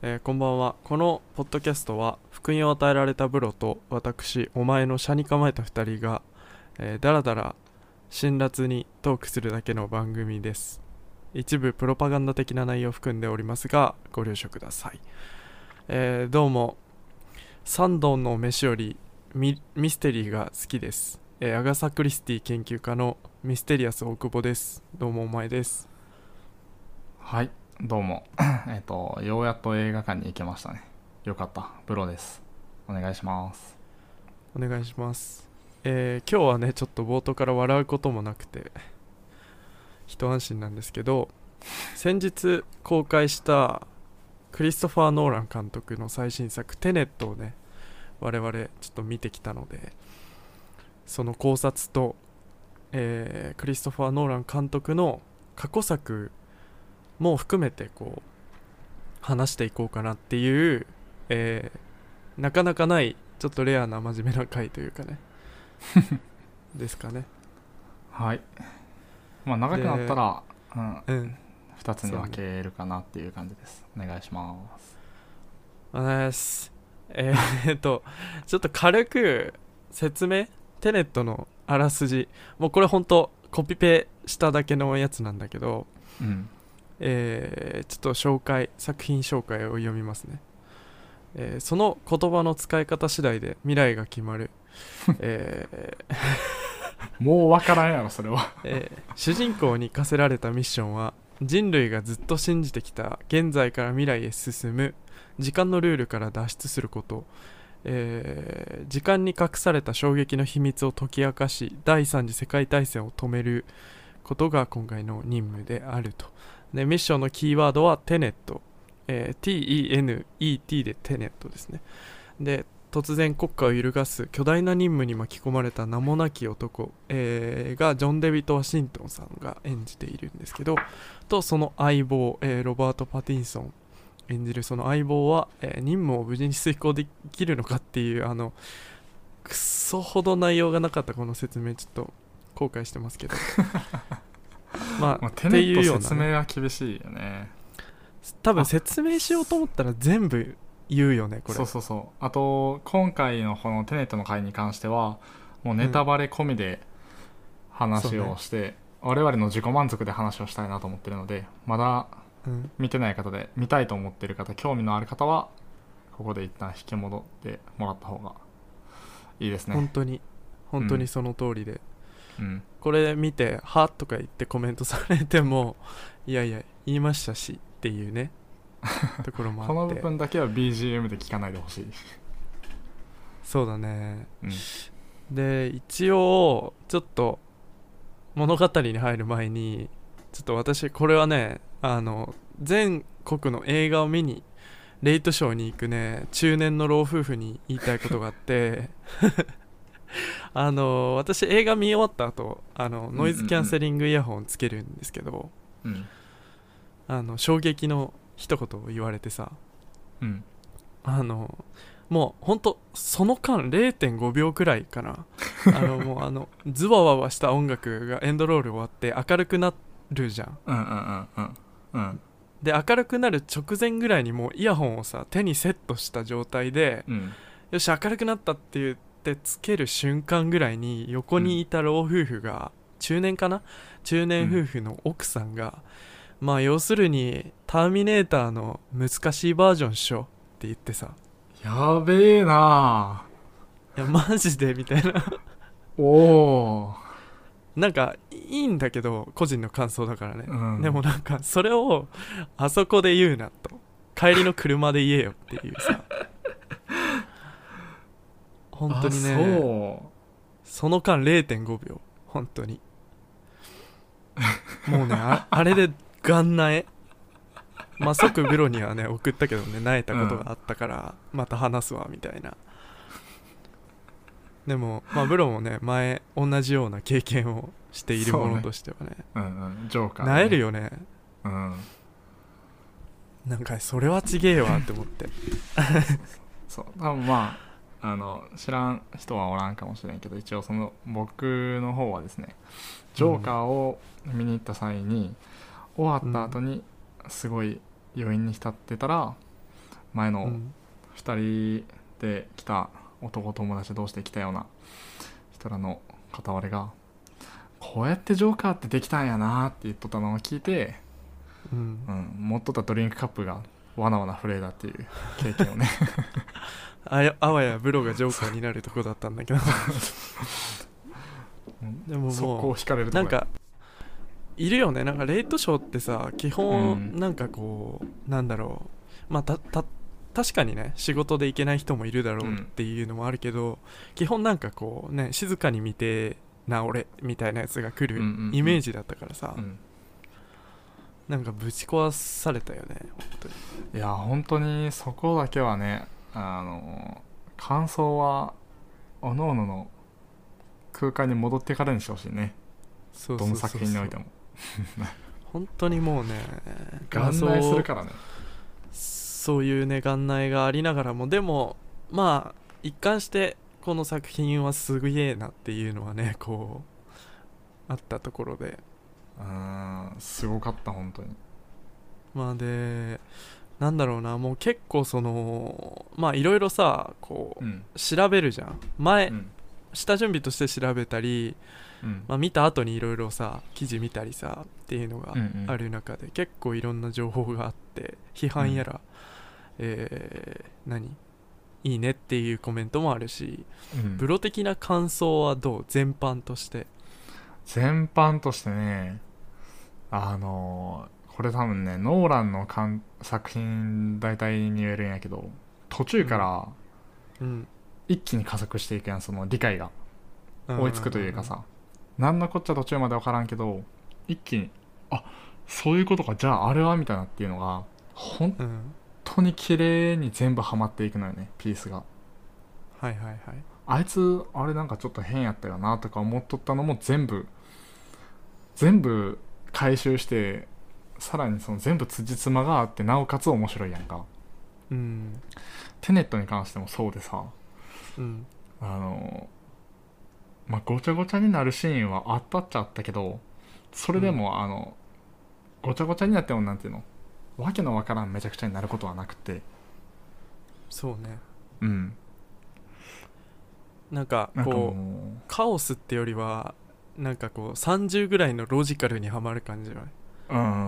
こんばんは。このポッドキャストは福音を与えられたブロと私お前の車に構えた2人が、だらだら辛辣にトークするだけの番組です。一部プロパガンダ的な内容を含んでおりますがご了承ください。どうも、サンドンの飯よりミステリーが好きです。アガサ・クリスティ研究家のミステリアス大久保です。どうもお前です。 はい、どうも。ようやっと映画館に行けましたね。よかった。ブロです。お願いします。 お願いします。今日はねちょっと冒頭から笑うこともなくて一安心なんですけど、先日公開したクリストファー・ノーラン監督の最新作テネットをね我々ちょっと見てきたので、その考察と、クリストファー・ノーラン監督の過去作も含めてこう話していこうかなっていう、えなかなかないちょっとレアな真面目な回というかねですかね。 はい。まあ長くなったで、 ら、 うん、 2つに分そうね。 けるかなっていう感じです。お願いします。 お願いします。ちょっと軽く説明、テネットのあらすじ、もうこれほんとコピペしただけのやつなんだけど、 うん。 ちょっと作品紹介を読みますね。その言葉の使い方次第で未来が決まる、えーもう分からんやろ、それは。 主人公に課せられたミッションは、人類がずっと信じてきた現在から未来へ進む時間のルールから脱出すること、時間に隠された衝撃の秘密を解き明かし第三次世界大戦を止めることが今回の任務であると。でミッションのキーワードはテネット、TENET でテネットですね。で突然国家を揺るがす巨大な任務に巻き込まれた名もなき男、がジョン・デビッド・ワシントンさんが演じているんですけど、とその相棒、ロバート・パティンソン演じるその相棒は、任務を無事に遂行できるのかっていうクソほど内容がなかったこの説明、ちょっと後悔してますけどまあまあ、テっていうネットようなね。 説明は厳しいよね。 多分あ、 説明しようと思ったら全部言うよねこれ。 そうそうそう。あと、今回のこのテネットの回に関しては、もううん、 ネタバレ込みで話をそうね。 して、我々の自己満足で話をしたいなと思ってるので、まだうん、 見てない方で見たいと思ってる方、興味のある方はここで一旦引き戻ってもらった方がいいですね。 本当にうん。 本当にその通りで、 うん。 これ見てはとか言ってコメントされてもいやいや言いましたしっていうねところもあっこの部て。 分だけは BGM で聞かないでほしい。 そうだね。 うん。 で一応ちょっと物語に入る前に、ちょっと私これはね全国の映画を見にレイトショーに行くね中年の老夫婦に言いたいことがあって私映画見終わった後うんうノイズキャンんセリングイヤホンつけるんですけど、 うん。うん。 衝撃の一言を言われてさ、 うん。 あのもうほんとその間0.5秒くらいかな、もうズワワワした音楽がエンドロール終わって明るくなるじゃん。 うんうんうんうん。うん。 で明るくなる直前ぐらいにもうイヤホンをさ手にセットした状態で、 うん。 よし明るくなったって言ってつける瞬間ぐらいに横うん。 にいた老夫婦が、中年かな、中年夫婦の奥さんが、まあ要するにターミネーターの難しいバージョンっしょって言ってさ、 やべえな。 いやマジでみたいなおおー。 なんかいいんだけど個人の感想だからね。 うん。 でもなんかそれをあそこで言うなと、帰りの車で言えよっていうさ、本当あ、 にね、 そその間0.5秒本当にもうね、あれでガンなえ、まあ即ブロにはね送ったけどね、萎えたう。うん。 ことがあったからまた話すわみたいな。でもまあブロもね前同じような経験をしているものそうね。 としてはね、 うんうん。ジョーカーで萎えるね。 よね。 うん。 なんかそれはちげえわって思って。 そうそうそう。多分まあ、知らん人はおらんかもしれんけど、一応その僕の方はですね、ジョーカうん、 ーを見に行った際に終わったうん、 後にすごい余韻に浸ってたら、 前のうん 2人で来た男友達同士で来たような人らの片割れがこうやってジョーカーってできたんやなって言っとったのを聞いて、 うん持っとったドリンクカップがわなわな震えたっていう経験をねあわやブロがジョーカーになるとこだったんだけどでも速攻も引かれるとこうなんかいるよね、なんかレイトショーってさ基うん本なんかこう、なんだろう、まあ確かにね仕事で行けない人もいるだろうっていうのもあるけど、基本なんかこうね静かに見てな俺みたいなやつが来るイメージだったからさ、なんかぶち壊されたよね本当に。 いや本当にそこだけはね、感想はおのおのの空間に戻ってからにしてほしいね。 そうどの作品においても本当にもうね元来するからね。 そういうね元来がありながらも、でもまあ一貫してこの作品はすげえなっていうのはねこうあったところで、 すごかった本当に。 まあでなんだろうな、もう結構そのまあいろいろさこう調べるじゃん前、下準備として調べたり、まあ、見た後にいろいろさ記事見たりさっていうのがある中で、結構いろんな情報があって批判やら、いいねっていうコメントもあるし、ブロ的な感想はどう？全般としてね、これ多分ねノーランの作品大体に言えるんやけど、途中から一気に加速していくやん、その理解が追いつくというかさ、なんのこっちゃ途中まで分からんけど一気にそういうことか、じゃああれはみたいなっていうのが本当に綺麗に全部ハマっていくのよね、ピースが。あいつあれなんかちょっと変やったよなとか思っとったのも全部回収して、さらにその全部辻褄があってなおかつ面白いやんか。テネットに関してもそうでさ、まあごちゃごちゃになるシーンはあったっちゃあったけど、それでもごちゃごちゃになってもなんていうの、わけのわからんめちゃくちゃになることはなくて、 そうね、なんかこうカオスってよりはなんかこう30ぐらいのロジカルにはまる感じじゃない？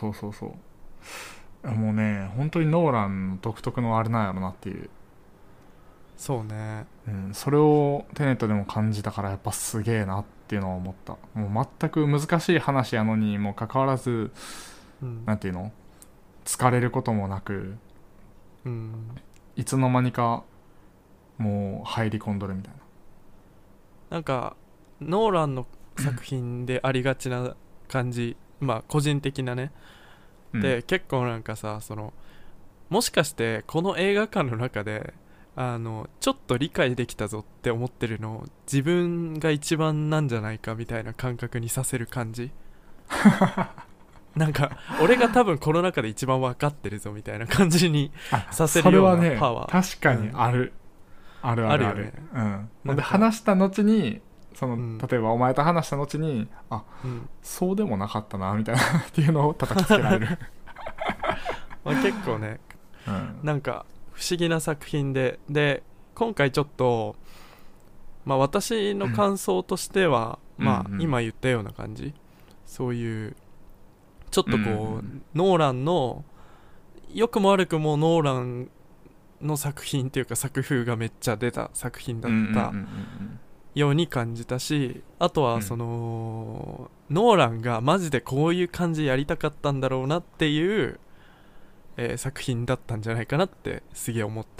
そうもうね本当にノーランの独特のあれなんやろなっていう。 そうね、 それをテネットでも感じたからやっぱすげえなっていうのは思った。もう全く難しい話やのにもかかわらず、なんていうの、疲れることもなく、いつの間にかもう入り込んどるみたいな。 なんかノーランの作品でありがちな感じまあ個人的なね、で結構なんかさ、そのもしかしてこの映画館の中でちょっと理解できたぞって思ってるの自分が一番なんじゃないかみたいな感覚にさせる感じなんか俺が多分この中で一番分かってるぞみたいな感じにさせるようなパワー、 それはね確かにある、あるよね。で話した後に例えばお前と話した後にそうでもなかったなみたいなっていうのを叩きつけられるまあ結構ね、なんか不思議な作品で今回ちょっとまあ私の感想としては、まあ今言ったような感じ、そういうちょっとこう、ノーランの良くも悪くもノーランの作品っていうか作風がめっちゃ出た作品だったように感じたし、あとはその、ノーランがマジでこういう感じやりたかったんだろうなっていう、作品だったんじゃないかなってすげえ思った。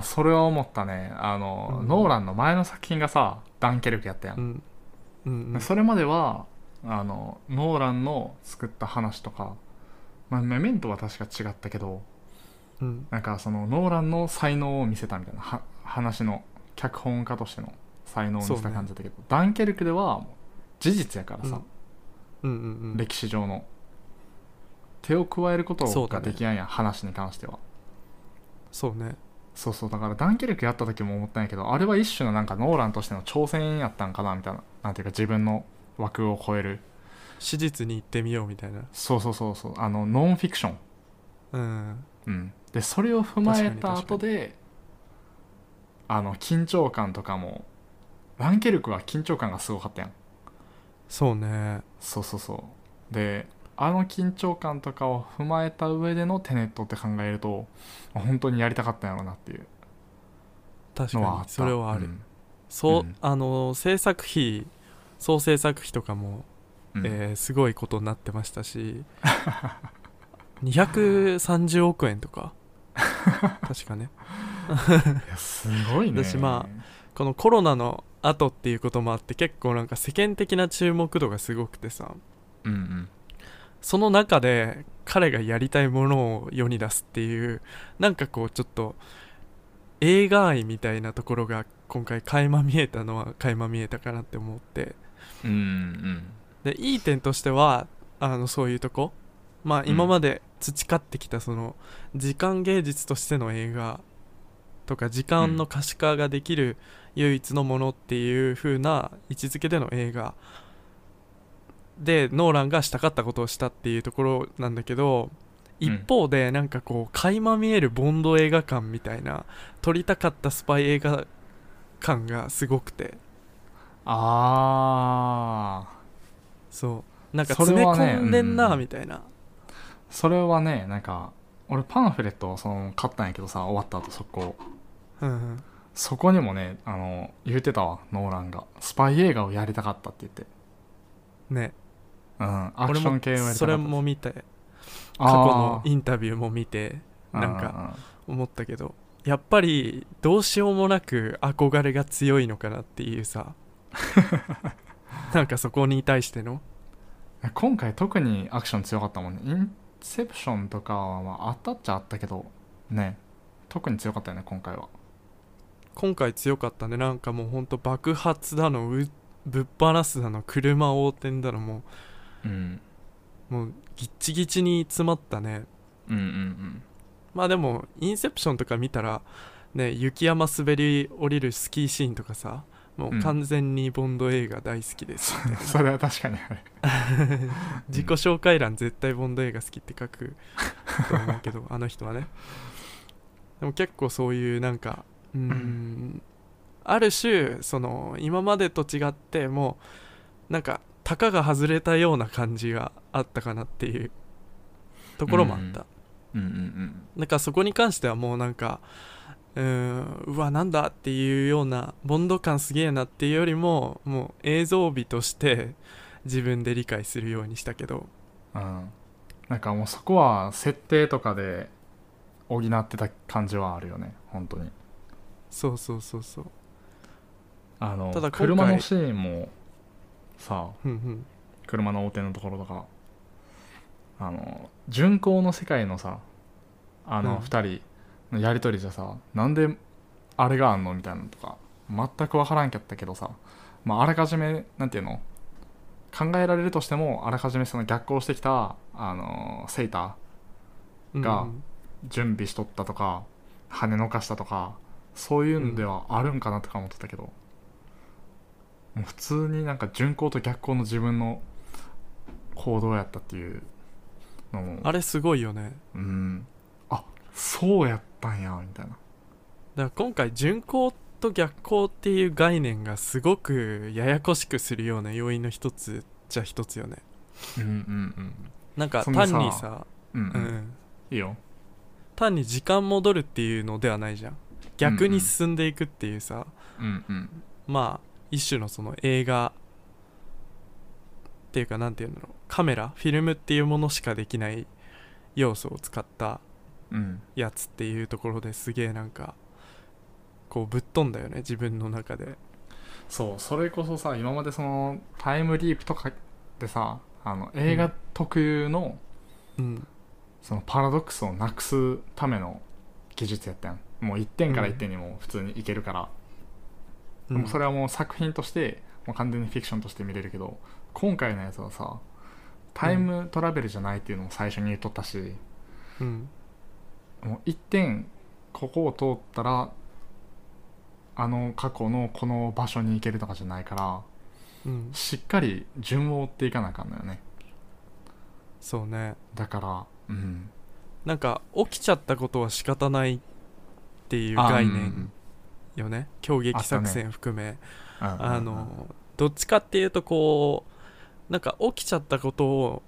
それは思ったね。ノーランの前の作品がさダンケルクやったやん、それまではノーランの作った話とか、メメントは確か違ったけど、なんかそのノーランの才能を見せたみたいな話の脚本家としての才能を見せた感じだったけど、ダンケルクでは事実やからさ、歴史上の手を加えることができないやん、話に関しては。そうだからダンケルクやった時も思ったんやけど、あれは一種のなんかノーランとしての挑戦やったんかなみたいな、なんていうか自分の枠を超える史実に行ってみようみたいな。 ノンフィクションでそれを踏まえた後で緊張感とかも、ダンケルクは緊張感がすごかったやん。 そうね。 そうそうそう。で緊張感とかを踏まえた上でのテネットって考えると、本当にやりたかったんやろうなっていう確のはあった。 かにそれはある、 うんそう、 うん、 総制作費とかも、 うん、 すごいことになってましたし230億円とか確かね。 いやすごい私まね。 あこのコロナの後っていうこともあって結構なんか世間的な注目度がすごくてさ、 うんうんその中で彼がやりたいものを世に出すっていう、なんかこうちょっと映画愛みたいなところが今回垣間見えたのは垣間見えたかなって思って、 うんうんでいい点としてはそういうとこ、まあうん、 今まで培ってきたその時間芸術としての映画とか時間の可視化ができる唯一のものっていう風な位置づけでの映画でノーランがしたかったことをしたっていうところなんだけど、一うん、 方でなんかこう垣間見えるボンド映画館みたいな、撮りたかったスパイ映画感がすごくて、 ああ、 そうなんかそれ詰めはね、うんう込んでんなん、 みたいな。 それはね、なんか俺パンフレットを買ったんやけどさ、終わった後速攻、 うんうんそこにもね、言ってたわ、ノーランがスパイ映画をやりたかったって言って、 ね、 うん、アク俺もション系をやりそれたかったって。 も見て、過去のあインタビューも見てあ、うんうなんかん思ったけど、やっぱりどうしようもなく憧れが強いのかなっていうさ、なんかそこに対しての、 うん、今回特にアクション強かったもんね。インセプションとかはまああったっちゃあったけどね、特に強かったよね今回は。 今回強かったね。なんかもうほんと爆発だのぶっ放すだの車横転だのうんもうギッチギチに詰まったね。 うんうんまあでもインセプションとか見たらね、雪山滑り降りるスキーシーンとかさ、もううんうん。 完全にボンド映画大好きですみたいな。 それは確かにあれ。う自己ん紹介欄絶対ボンド映画好きって書くと思うけど、あの人はね。でも結構そういうなんかある種その今までと違ってもうなんかたかが外れたような感じがあったかなっていうとうんころもあった。 うんうんなんかそこに関してはもうなんかうわなんだっていうようなボンド感すげえなっていうよりも、もう映像美として自分で理解するようにしたけど。 うんうん。なんかもうそこは設定とかで補ってた感じはあるよね本当に。 そうそうそうそう。ただ今回車のシーンもさ、 うんうん車の横転のところとか、巡航の世界のさ、 うん 2人のやり取りじゃさ、なんであれがあんのみたいなのとか全く分からんかったけどさ、まあ、あらかじめなんていうの、考えられるとしてもあらかじめその逆行してきた、セイタうんうーがん準備しとったとか跳ねのかしたとか、そういううんんではあるんかなとか思ってたけど、もう普通になんか巡航と逆行の自分の行動やったっていうのも、 あれすごいよね。 うん、あ、そうやったんやみたいな。 だから今回巡航と逆光っていう概念がすごくややこしくするような要因の一つじゃ一つよね。 うんうんうん。 なんか単にそんでさ、 さ、 うんうん、 うん、 いいよ。 単に時間戻るっていうのではないじゃん。 うんう逆にん進んでいくっていうさ、 うんうん、 まあ一種のその映画っていうかなんていうんだろう、カメラフィルムっていうものしかできない要素を使ったうん、 やつっていうところですげえなんかこうぶっ飛んだよね自分の中で。 そう、それこそさ、今までそのタイムリープとかでさ、 うん映画特有のうんそのパラドックスをなくすための技術やったやん。もう1点から1 うん点にも普通にいけるから、でもそうんれはもう作品としてもう完全にフィクションとして見れるけど、今回のやつはさ、タイうんムトラベルじゃないっていうのも最初に言っとったし、 うんもう1点ここを通ったら過去のこの場所に行けるとかじゃないから、 うんしっかり順を追っていかなあかんのよね。 そうね。 だから、うん、 なんか起きちゃったことは仕方ないっていう概念よね、攻撃作戦含め、どっちかっていうとこうなんか起きちゃったことを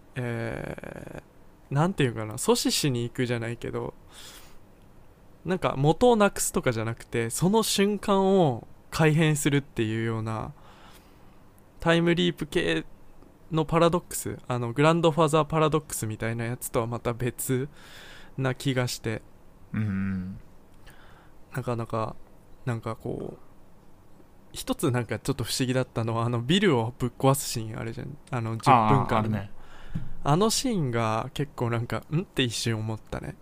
なんていうかな、阻止しに行くじゃないけど、なんか元をなくすとかじゃなくて、その瞬間を改変するっていうようなタイムリープ系のパラドックス、グランドファザーパラドックスみたいなやつとはまた別な気がして、なかなかなんかこう一つなんかちょっと不思議だったのは、ビルをぶっ壊すシーンあるじゃん、10分間のあのシーンが結構なんかんって一瞬思ったね。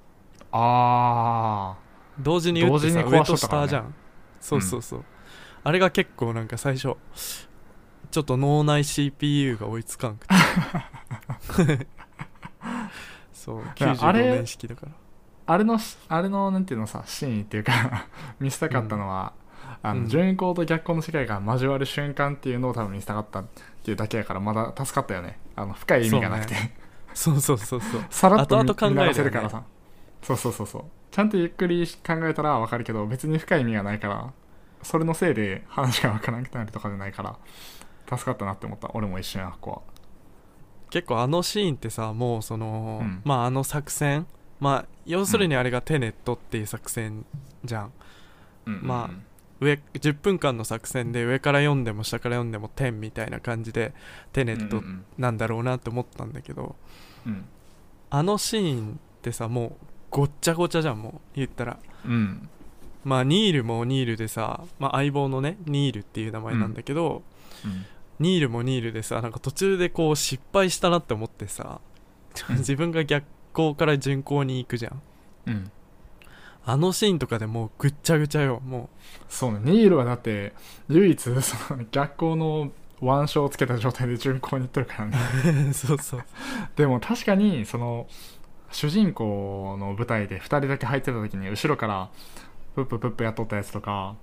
同時に打ってさ、上と下じゃん。そうそうそう、あれが結構なんか最初ちょっと脳内 CPU が追いつかんくてそう95年式だから、 あれのなんていうのさ、シーンっていうか見せたかったのは、順光と逆光の世界が交わる瞬間っていうのを多分見せたかったっていうだけやから、まだ助かったよね。深い意味がなくてそうそうそうそうさらっと後々考えせるからさ、そうちゃんとゆっくり考えたら分かるけど、別に深い意味がないから、それのせいで話が分からなくなるとかじゃないから助かったなって思った。俺も一瞬あっこは結構シーンってさ、もうその、まあ作戦、まあ要するにあれがテネットっていう作戦じゃん、まあ上10分間の作戦で上から読んでも下から読んでも10みたいな感じでテネットなんだろうなって思ったんだけど、あのシーンってさ、もうごっちゃごちゃじゃん、もう言ったら、まあニールもニールでさ、まあ、相棒のねニールっていう名前なんだけど、ニールもニールでさ、なんか途中でこう失敗したなって思ってさ自分が逆光から順光に行くじゃん、あのシーンとかでもうぐっちゃぐちゃよ、もう。そうね、ニールはだって唯一その逆光の腕章をつけた状態で順光に行ってるからねそうそうでも確かにその主人公の舞台で2人だけ入ってた時に後ろからプッププップやっとったやつとか、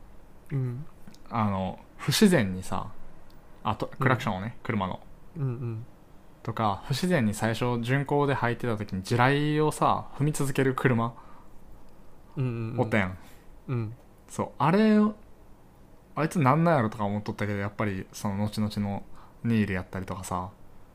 不自然にさ、クラクションをね、車の、とか不自然に最初巡航で入ってた時に地雷をさ踏み続ける車、おったやん、そう、あいつなんなんやろとか思っとったけど、やっぱりその後々のニールやったりとかさ、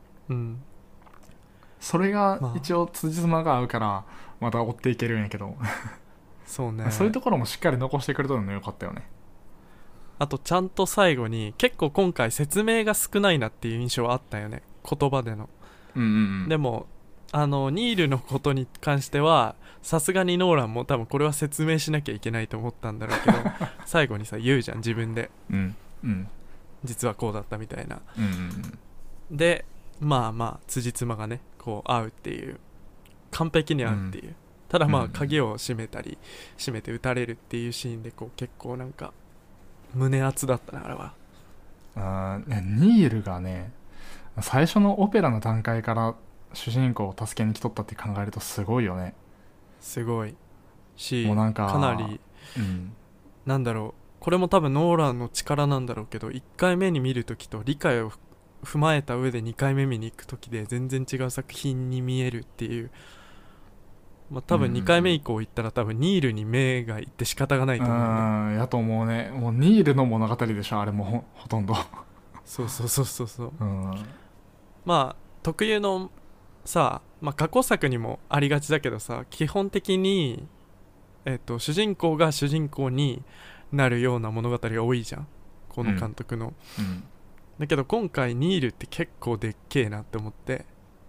それが一応辻褄が合うからまた追っていけるんやけどそうね、 そういうところもしっかり残してくれたのもよかったよね。 あとちゃんと最後に結構今回説明が少ないなっていう印象はあったよね、言葉での、でもニールのことに関してはさすがにノーランも多分これは説明しなきゃいけないと思ったんだろうけど最後にさ言うじゃん、自分で、実はこうだったみたいな、でまあ辻褄がねこう合うっていう、完璧に合うっていう、ただまあ鍵を閉めたり閉めて撃たれるっていうシーンでこう結構なんか胸熱だったな、あれは。 ニールがね最初のオペラの段階から主人公を助けに来とったって考えるとすごいよね。 すごいし、 もうなんかなり、なんだろう、これも多分ノーランの力なんだろうけど、1回目に見るときと理解を踏まえた上で2回目見に行くときで全然違う作品に見えるっていう、まあ、多分2回目以降行ったら多分ニールに目がいって仕方がないと思う、 やと思うね。もうニールの物語でしょあれも ほとんどそうそうそうそうそう、まあ特有のさ、まあ、過去作にもありがちだけどさ、基本的に、主人公が主人公になるような物語が多いじゃん、この監督の、だけど今回ニールって結構でっけえなって思って、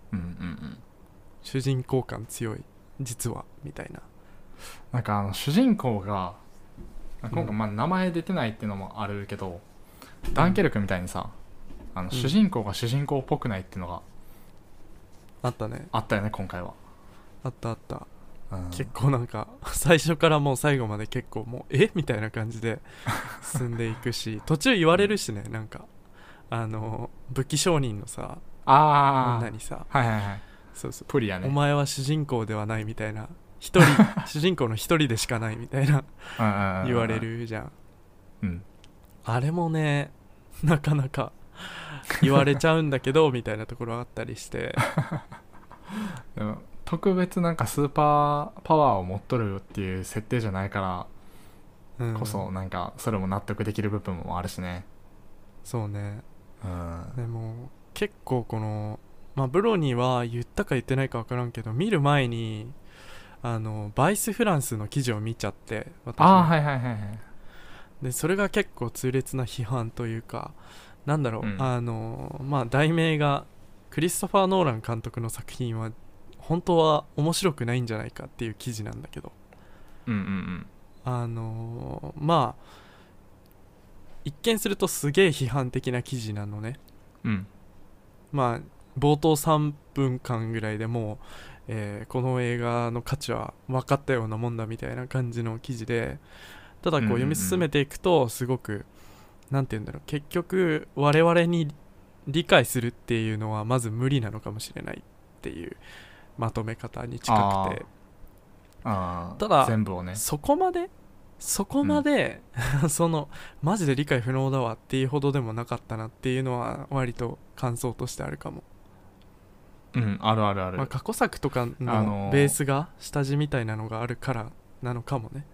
主人公感強い実はみたいな。 なんか主人公が今回まあ名前出てないっていうのもあるけど、ダンケルクみたいにさ、主人公が主人公っぽくないっていうのがあったね。 あったよね今回は。 あったあった、結構なんか最初からもう最後まで結構もうみたいな感じで進んでいくし途中言われるしね、なんか武器商人のさ女にさ、そうそう、 プリアね、 お前は主人公ではないみたいな、一人主人公の一人でしかないみたいな言われるじゃん、あれもねなかなか言われちゃうんだけどみたいなところあったりして特別なんかスーパーパワーを持っとるっていう設定じゃないからこそ、なんかそれも納得できる部分もあるしね。 そうね。 うんでも結構この、まあ、ブロニーは言ったか言ってないか分からんけど、見る前にバイスフランスの記事を見ちゃって、私ああね。 はいはいはいはい。 でそれが結構痛烈な批判というか、なんだろう、 うんまあ題名がクリストファー・ノーラン監督の作品は本当は面白くないんじゃないかっていう記事なんだけど、 うんうんまあ一見するとすげえ批判的な記事なのね。 うんうんまあ冒頭3分間ぐらいでもう、この映画の価値は分かったようなもんだみたいな感じの記事で、ただこう読み進めていくとすごく、なんて言うんだろう、結局我々に理解するっていうのはまず無理なのかもしれないっていうまとめ方に近くて、ただ全部をね。 そこまでそのマジで理解不能だわっていうほどでもなかったなっていうのは割と感想としてあるかも。 あるあるある、 まあ、過去作とかのベースが下地みたいなのがあるからなのかもね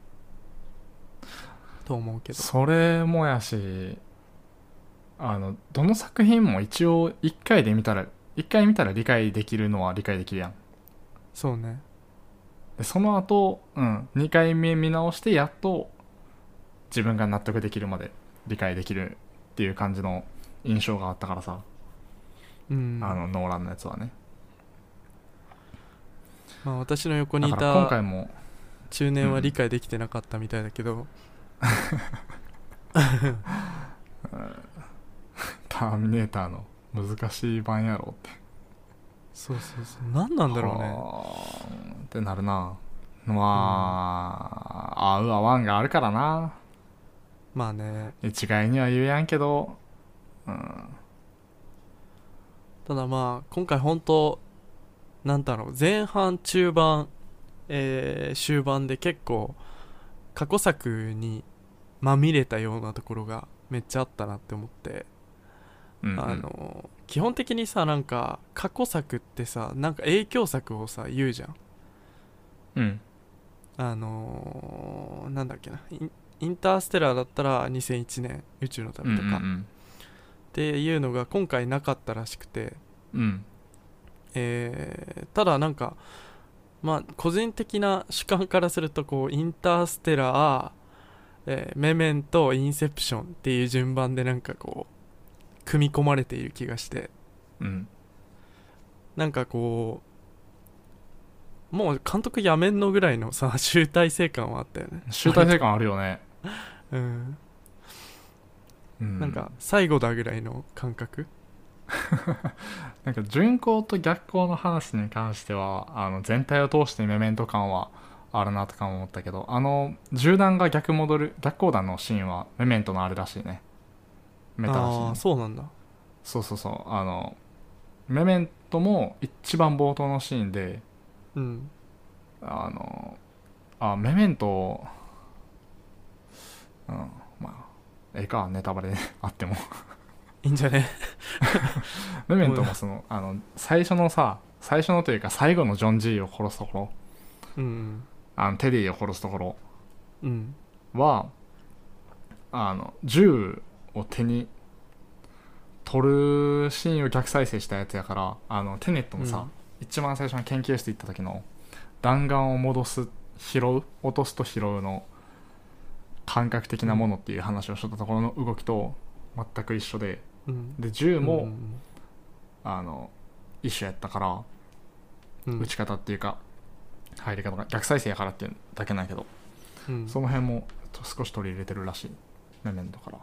と思うけど。 それもやし、どの作品も一応1回見たら理解できるのは理解できるやん。 そうね。 でその後、2回目見直してやっと自分が納得できるまで理解できるっていう感じの印象があったからさ、ノーランのやつはね。 まあ私の横にいだから今た回も中年は理解できてなかったみたいだけど、 ターミネーターの難しい版やろって。 そうそうそう、何なんだろうねってなるな。まあ、合う合わんがあるからな。 まあね。 一概には言えやんけど、 ただまあ今回本当なんだろう、前半中盤、終盤で結構過去作にまみれたようなところがめっちゃあったなって思って、基本的にさ、なんか過去作ってさ、なんか影響作をさ言うじゃん。なんだっけな、インターステラーだったら2001年宇宙の旅とか、っていうのが今回なかったらしくて、ただなんかまあ個人的な主観からすると、こうインターステラー、メメント、インセプションっていう順番でなんかこう組み込まれている気がして、なんかこうもう監督やめんのぐらいのさ集大成感はあったよね。 集大成感あるよね。 なんか最後だぐらいの感覚。 なんか順光と逆光の話に関しては全体を通してメメント感はあるなとか思ったけど、銃弾が逆光弾のシーンはメメントのあれらしいね。メタらしいね。 ああ、そうなんだ。 そうそうそう、メメントも一番冒頭のシーンで、メメント、まあネタバレあってもいいんじゃね。 メメントも最初のというか最後のジョン・ジーを殺すところ、テディを殺すところは、銃を手に取るシーンを逆再生したやつやから、テネットもさ、一番最初の研究室行った時の弾丸を落とすと拾うの感覚的なものっていう話をしとったところの動きと全く一緒で、で銃も、一緒やったから、撃ち方っていうか入り方が逆再生やからっていうだけなんやけど、その辺も少し取り入れてるらしい、メメントから。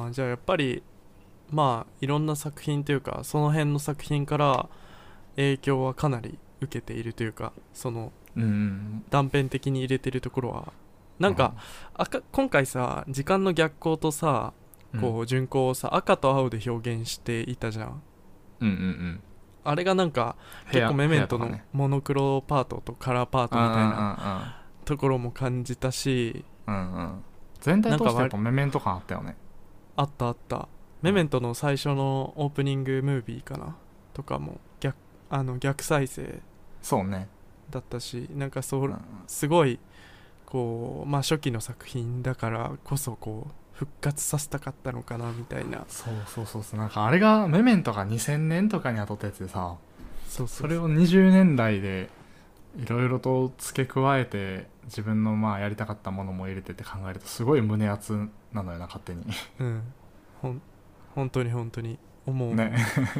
じゃあやっぱりまあいろんな作品というか、その辺の作品から影響はかなり受けているというか、その断片的に入れてるところはなんか、今回さ時間の逆光とさ、こう順光をさ赤と青で表現していたじゃん。あれがなんか結構メメントのモノクロパートとカラーパートみたいなところも感じたし、 全体としてやっぱメメント感あったよね。 あったあった。メメントの最初のオープニングムービーかなとかも逆再生そうねだったし、なんかうんすごいこう、まあ、初期の作品だからこそこう復活させたかったのかなみたいな。 そうなんかあれがメメントが2000年とかに当たったやつでさ、 それを20年代でいろいろと付け加えて自分のまあやりたかったものも入れてって考えるとすごい胸熱なのよな勝手にうん本当に本当に思うね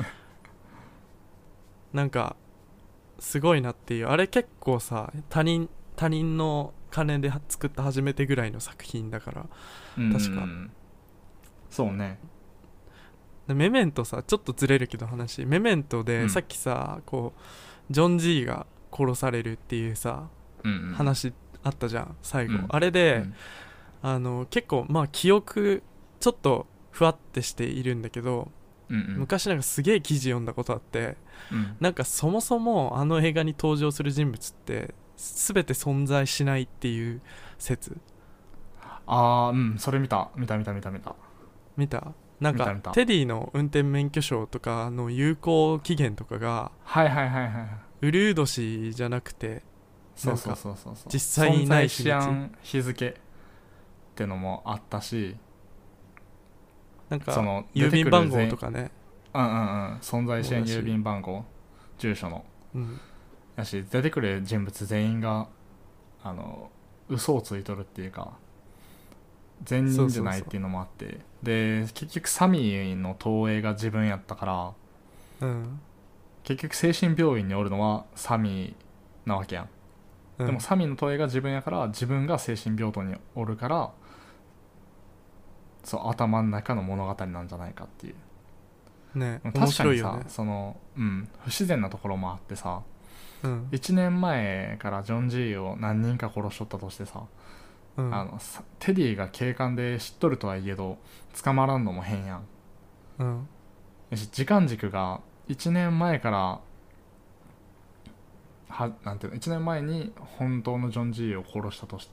なんかすごいなっていう。あれ結構さ他人の金で作った初めてぐらいの作品だから、確かそうね。 メメントさ、ちょっとずれるけど話、メメントでさっきさ、こうジョン・ジーが殺されるっていうさ、話あったじゃん最後、あれで、結構まあ記憶ちょっとふわってしているんだけど、昔なんかすげえ記事読んだことあって、なんかそもそもあの映画に登場する人物って全て存在しないっていう説。 それ見たなんかテディの運転免許証とかの有効期限とかがウルー年じゃなくて、なんか実際にない日にち日付ってのもあったし、 なんか郵便番号とかね、 存在しない郵便番号、住所の、やし出てくる人物全員が嘘をついとるっていうか善人じゃないっていうのもあって、で結局サミーの投影が自分やったから、結局精神病院におるのはサミーなわけやん、でもサミーの投影が自分やから自分が精神病棟におるから、そう頭の中の物語なんじゃないかっていうね。 確かにさ、面白いよね。不自然なところもあってさ、1年前からジョン・ジーを何人か殺しとったとしてさ、テディが警官で知っとるとはいえど捕まらんのも変やん、時間軸が1年前からなんていうの、1年前に本当のジョン・ジーを殺したとして、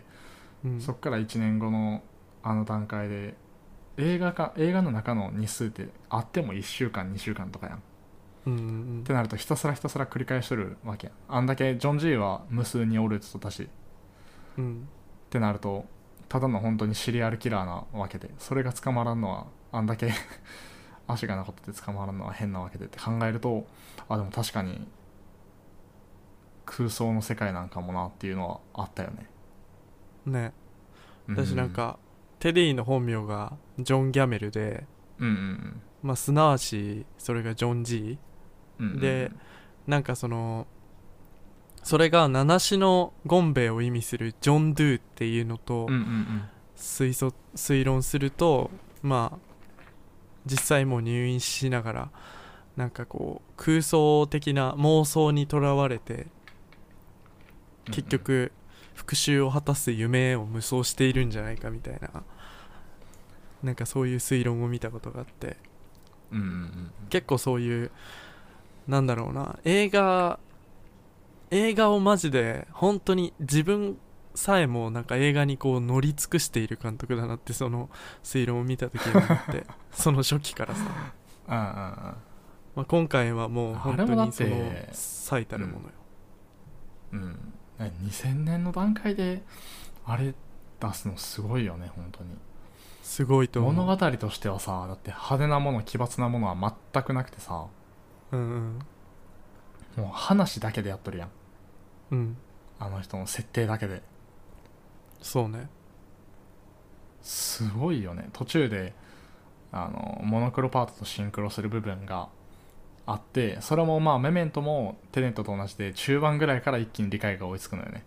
そっから1年後のあの段階で映画の中の日数ってあっても1週間2週間とかやん、ってなるとひたすら繰り返しとるわけやん。あんだけジョン・ジーは無数におるって言ったし、ってなるとただの本当にシリアルキラーなわけで、それが捕まらんのはあんだけ足がなかったで捕まらんのは変なわけでって考えると、でも確かに空想の世界なんかもなっていうのはあったよね。 私なんか、テディの本名がジョン・ギャメルで、まあ、すなわちそれがジョン・ジー、でなんかそれが七種のゴンベイを意味するジョン・ドゥっていうのと推論すると、まあ実際も入院しながらなんかこう空想的な妄想にとらわれて結局復讐を果たす夢を無双しているんじゃないかみたいな、なんかそういう推論を見たことがあって、結構そういうなんだろうな、映画をマジで本当に自分さえもなんか映画にこう乗り尽くしている監督だなって、その推論を見た時に思ってその初期からさまあ、今回はもう本当にその最たるものよ。 2000年の段階であれ出すのすごいよね。本当にすごいと思う。 物語としてはさ、だって派手なもの奇抜なものは全くなくてさ、もう話だけでやっとるやん、あの人の設定だけで。 そうね、 すごいよね。途中でモノクロパートとシンクロする部分があって、それもまあメメントもテネットと同じで中盤ぐらいから一気に理解が追いつくのよね。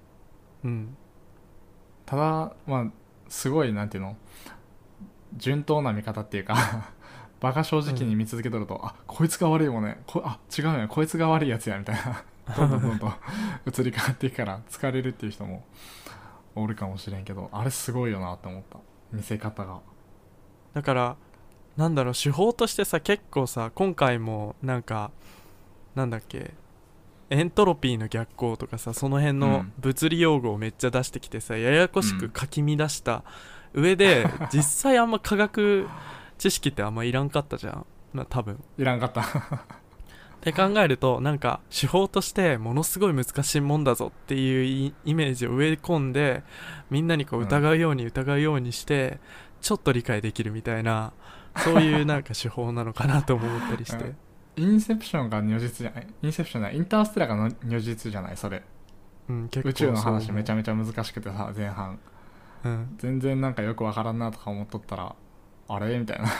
ただまあすごいなんていうの、順当な見方っていうかバカ正直に見続けとると、こいつが悪いもんね、違うよね、こいつが悪いやつやみたいなどんどん移り変わっていくから疲れるっていう人もおるかもしれんけど、あれすごいよなって思った、見せ方が。 だからなんだろう、手法としてさ、結構さ、今回もなんかなんだっけ、エントロピーの逆行とかさ、その辺の物理用語をめっちゃ出してきてさ、ややこしく書き乱した上で、実際あんま科学知識ってあんまいらんかったじゃん、多分いらんかったって考えるとなんか手法としてものすごい難しいもんだぞっていうイメージを植え込んでみんなにこう疑うように疑うようにしてちょっと理解できるみたいなそういうなんか手法なのかなと思ったりして、 インセプションが如実じゃない、インセプションないインターステラーが如実じゃないそれ、 結構宇宙の話めちゃめちゃ難しくてさ前半、全然なんかよくわからんなとか思っとったらあれみたいな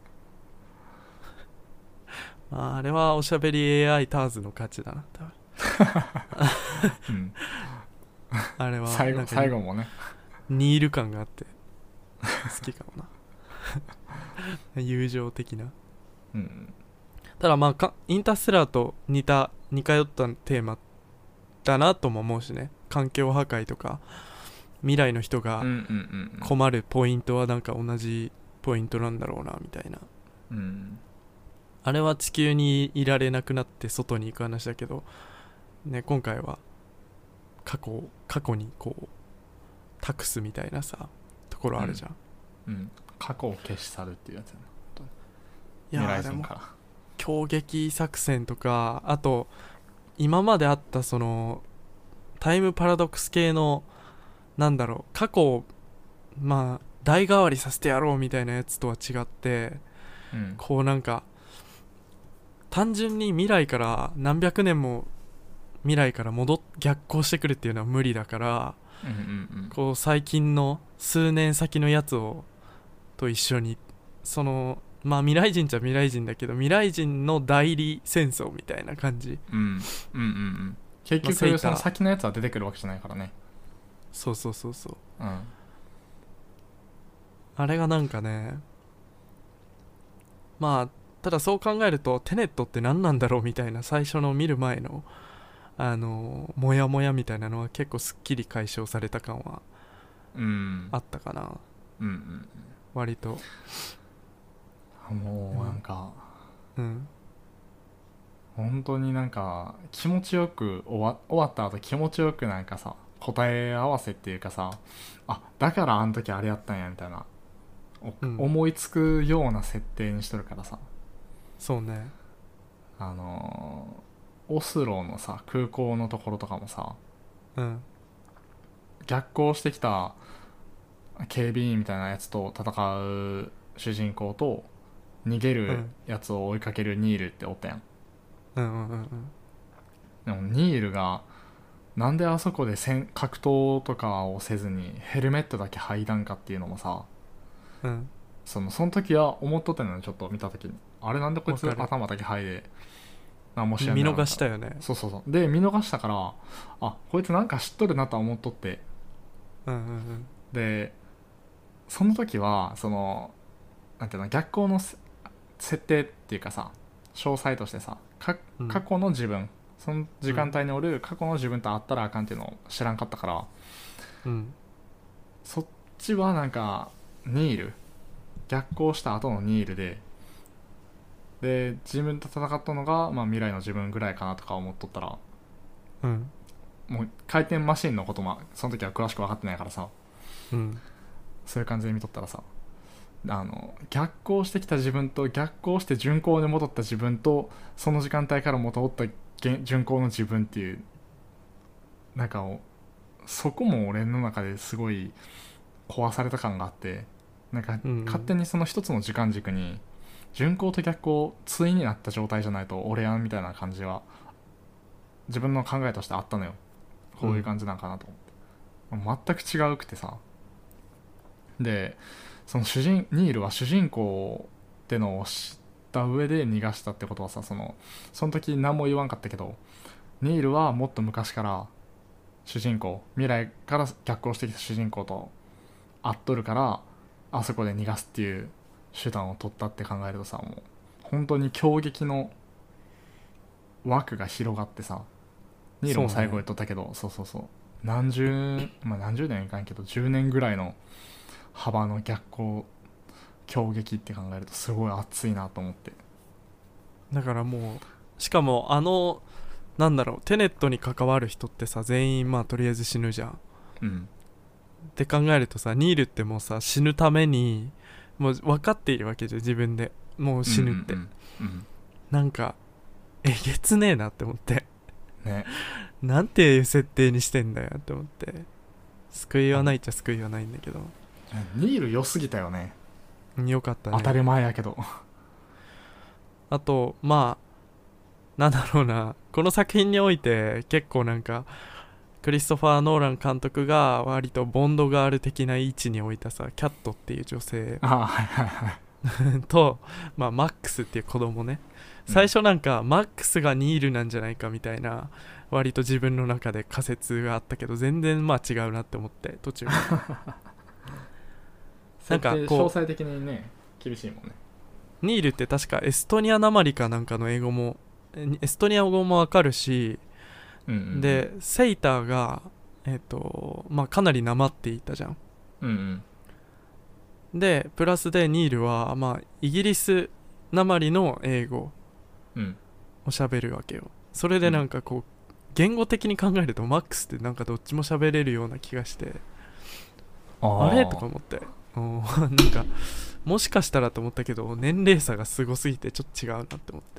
あれはおしゃべり AI ターズの価値だな多分あれは最後もねニール感があって好きかもな友情的な、ただまあインターステラーと似通ったテーマだなとも思うしね。環境破壊とか未来の人が困るポイントはなんか同じポイントなんだろうなみたいな、あれは地球にいられなくなって外に行く話だけど、ね、今回は過去にこう託すみたいなさところあるじゃん、 過去を消し去るっていうやつやな。 いやでも攻撃作戦とかあと今まであったそのタイムパラドックス系のなんだろう過去をまあ代替わりさせてやろうみたいなやつとは違って、こうなんか単純に未来から何百年も未来から逆行してくるっていうのは無理だから、こう最近の数年先のやつと一緒にそのまあ未来人っちゃ未来人だけど未来人の代理戦争みたいな感じ、 結局その先のやつは出てくるわけじゃないからね。 そう、あれがなんかね、まあただそう考えるとテネットって何なんだろうみたいな最初の見る前のモヤモヤみたいなのは結構すっきり解消された感はあったかな、割ともうなんか、本当になんか気持ちよく終わった後気持ちよくなんかさ答え合わせっていうかさ、あだからあの時あれやったんやみたいな、思いつくような設定にしとるからさ。 そうね、 オスロのさ空港のところとかもさ、逆行してきた警備員みたいなやつと戦う主人公と逃げるやつを追いかけるニールっておったやん。でもニールがなんであそこで格闘とかをせずにヘルメットだけ剥いだんかっていうのもさ、その時は思っとったのよ。ちょっと見た時にあれなんでこいつ頭だけ剥いで何もしやんない見逃したよね。 そうで見逃したから、あこいつなんか知っとるなとは思っとって、でその時はそのなんていうの逆光の設定っていうかさ詳細としてさ過去の自分、その時間帯におる過去の自分と会ったらあかんっていうのを知らんかったから、そっちはなんかニール逆行した後のニールで自分と戦ったのが、まあ、未来の自分ぐらいかなとか思っとったら、もう回転マシンのこともその時は詳しく分かってないからさ、そういう感じで見とったらさ、逆行してきた自分と逆行して順行に戻った自分とその時間帯から戻った順行の自分っていうなんかそこも俺の中ですごい壊された感があって、なんか勝手にその一つの時間軸に順行と逆行対になった状態じゃないと俺やんみたいな感じは自分の考えとしてあったのよ。こういう感じなんかなと思って、全く違うくてさ、でそのニールは主人公ってのを知った上で逃がしたってことはさ、その時何も言わんかったけどニールはもっと昔から主人公未来から逆行してきた主人公と会っとるからあそこで逃がすっていう手段を取ったって考えるとさ、もう本当に衝撃の枠が広がってさ、ニールも最後言っとったけどそう何十年いかんけど10年ぐらいの幅の逆行衝撃って考えるとすごい熱いなと思って。 だからもうしかもなんだろうテネットに関わる人ってさ全員まあとりあえず死ぬじゃん、って考えるとさニールってもうさ死ぬためにもう分かっているわけじゃん自分でもう死ぬって、なんかえげつねえなって思ってね。 なんていう設定にしてんだよって思って。救いはないっちゃ救いはないんだけど、 ニール良すぎたよね。 よかったね。 当たり前やけど。 あとまあなんだろうな、この作品において結構なんかクリストファー・ノーラン監督が割とボンドガール的な位置に置いたさ、キャットっていう女性ああ、はいはいはい。 と、まあ、マックスっていう子供ね、最初なんかマックスがニールなんじゃないかみたいな割と自分の中で仮説があったけど、全然まあ違うなって思って途中なんか詳こ細的にね、厳しいもんね。 うニールって確かエストニアなまりかなんかの英語もエストニア語もわかるし、 うんうんうん、 でセイターがまあかなりなまっていたじゃん。 うんうん、 でプラスでニールはまあイギリスなまりの英語を喋るわけよ。それでなんかこう言語的に考えるとマックスってなんかどっちも喋れるような気がして、あれとか思って、なんかもしかしたらと思ったけど、年齢差がすごすぎてちょっと違うなって思って、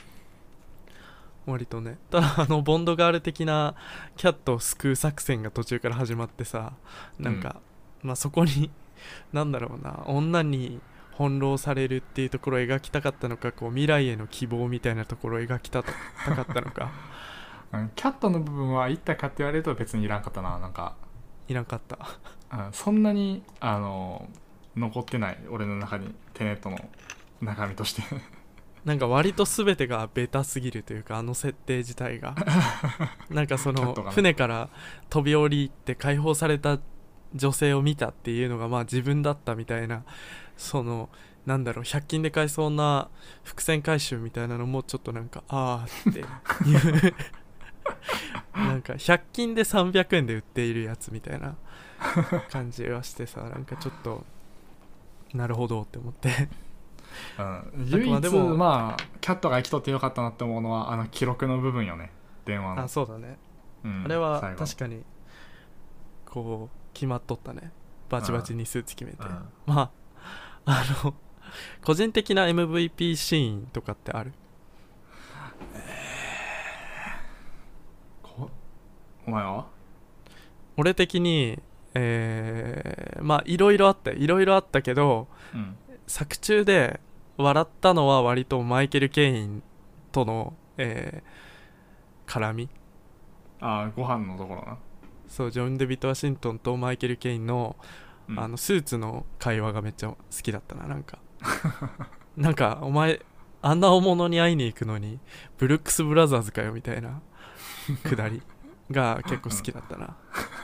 割とね。ただボンドガール的なキャットを救う作戦が途中から始まってさ、なんか、まあそこになんだろうな、女に翻弄されるっていうところを描きたかったのか、こう未来への希望みたいなところを描きたかったのかキャットの部分はいったかって言われると別にいらんかったな。なんかいらんかったそんなに残ってない、俺の中にテネットの中身としてなんか割と全てがベタすぎるというか、設定自体がなんかその船から飛び降りて解放された女性を見たっていうのがまあ自分だったみたいな、そのなんだろう、100均で買えそうな伏線回収みたいなのもちょっとなんかあーっていうなんか100均で300円で売っているやつみたいな感じはしてさ、なんかちょっとなるほどって思って唯一まあキャットが生きとってよかったなって思うのは記録の部分よね、電話の。 あ、そうだね、あれは確かにこう決まっとったね、バチバチに数値決めて。まあ個人的な MVP シーンとかってある？ お前は？ 俺的にまあいろいろあったけど、作中で笑ったのは割とマイケル・ケインとの、絡み。 ご飯のところな。 そう、ジョン・デビッド・ワシントンとマイケル・ケインの、スーツの会話がめっちゃ好きだったな。なんかなんかお前あんな大物に会いに行くのにブルックス・ブラザーズかよみたいなくだりが結構好きだったな